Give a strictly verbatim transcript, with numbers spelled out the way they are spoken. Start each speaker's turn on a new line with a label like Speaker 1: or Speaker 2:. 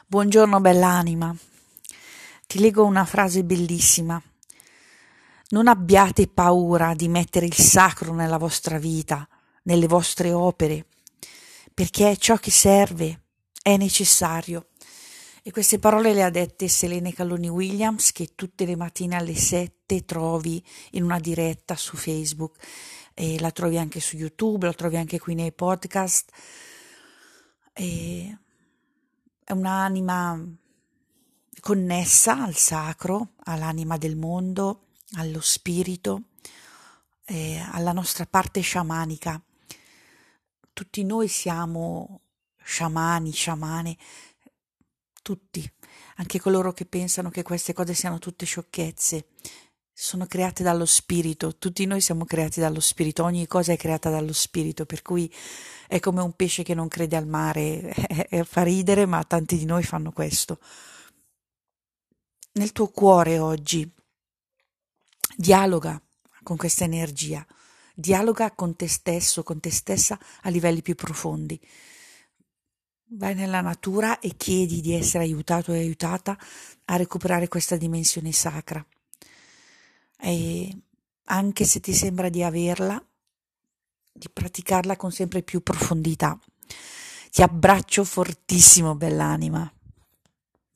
Speaker 1: Buongiorno bell'anima, ti leggo una frase bellissima. Non abbiate paura di mettere il sacro nella vostra vita, nelle vostre opere, perché è ciò che serve, è necessario. E queste parole le ha dette Selene Calloni Williams, che tutte le mattine alle sette trovi in una diretta su Facebook, e la trovi anche su YouTube, la trovi anche qui nei podcast. E è un'anima connessa al sacro, all'anima del mondo, allo spirito, eh, alla nostra parte sciamanica. Tutti noi siamo sciamani, sciamane, tutti, anche coloro che pensano che queste cose siano tutte sciocchezze, sono create dallo spirito, tutti noi siamo creati dallo spirito, ogni cosa è creata dallo spirito, per cui è come un pesce che non crede al mare, fa ridere, ma tanti di noi fanno questo. Nel tuo cuore oggi dialoga con questa energia, dialoga con te stesso, con te stessa a livelli più profondi. Vai nella natura e chiedi di essere aiutato e aiutata a recuperare questa dimensione sacra. E anche se ti sembra di averla, di praticarla con sempre più profondità. Ti abbraccio fortissimo, bell'anima.